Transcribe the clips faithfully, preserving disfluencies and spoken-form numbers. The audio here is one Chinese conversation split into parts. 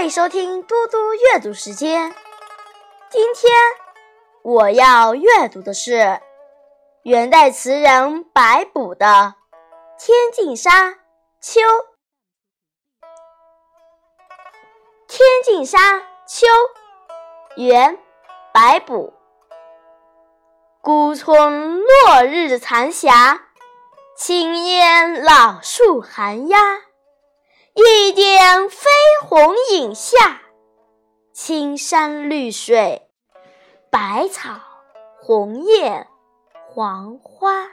迎收听嘟嘟阅读时间。今天我要阅读的是元代词人白补的《天净沙·秋》。天净沙·秋，元·白补。孤村落日残霞，青烟老树寒鸦。一点飞鸿影下，青山绿水，百草红叶黄花。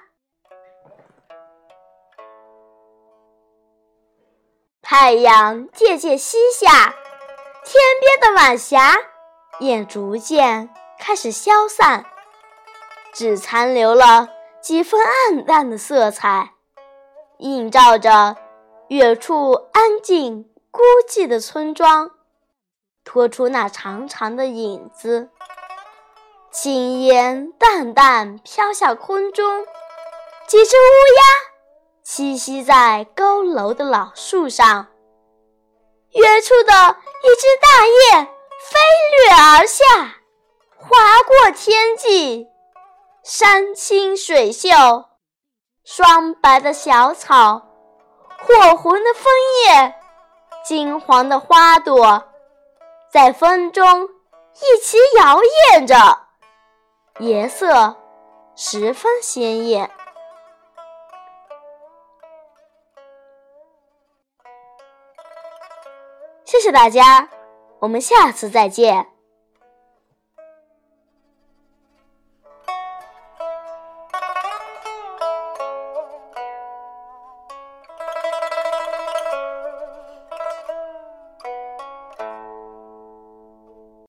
太阳渐渐西下，天边的晚霞也逐渐开始消散，只残留了几分暗淡的色彩，映照着远处安静孤寂的村庄，拖出那长长的影子。青烟淡淡飘下空中，几只乌鸦栖息在高楼的老树上。远处的一只大雁飞掠而下，划过天际，山清水秀，霜白的小草，火红的枫叶，金黄的花朵，在风中一起摇曳着，颜色十分鲜艳。谢谢大家，我们下次再见。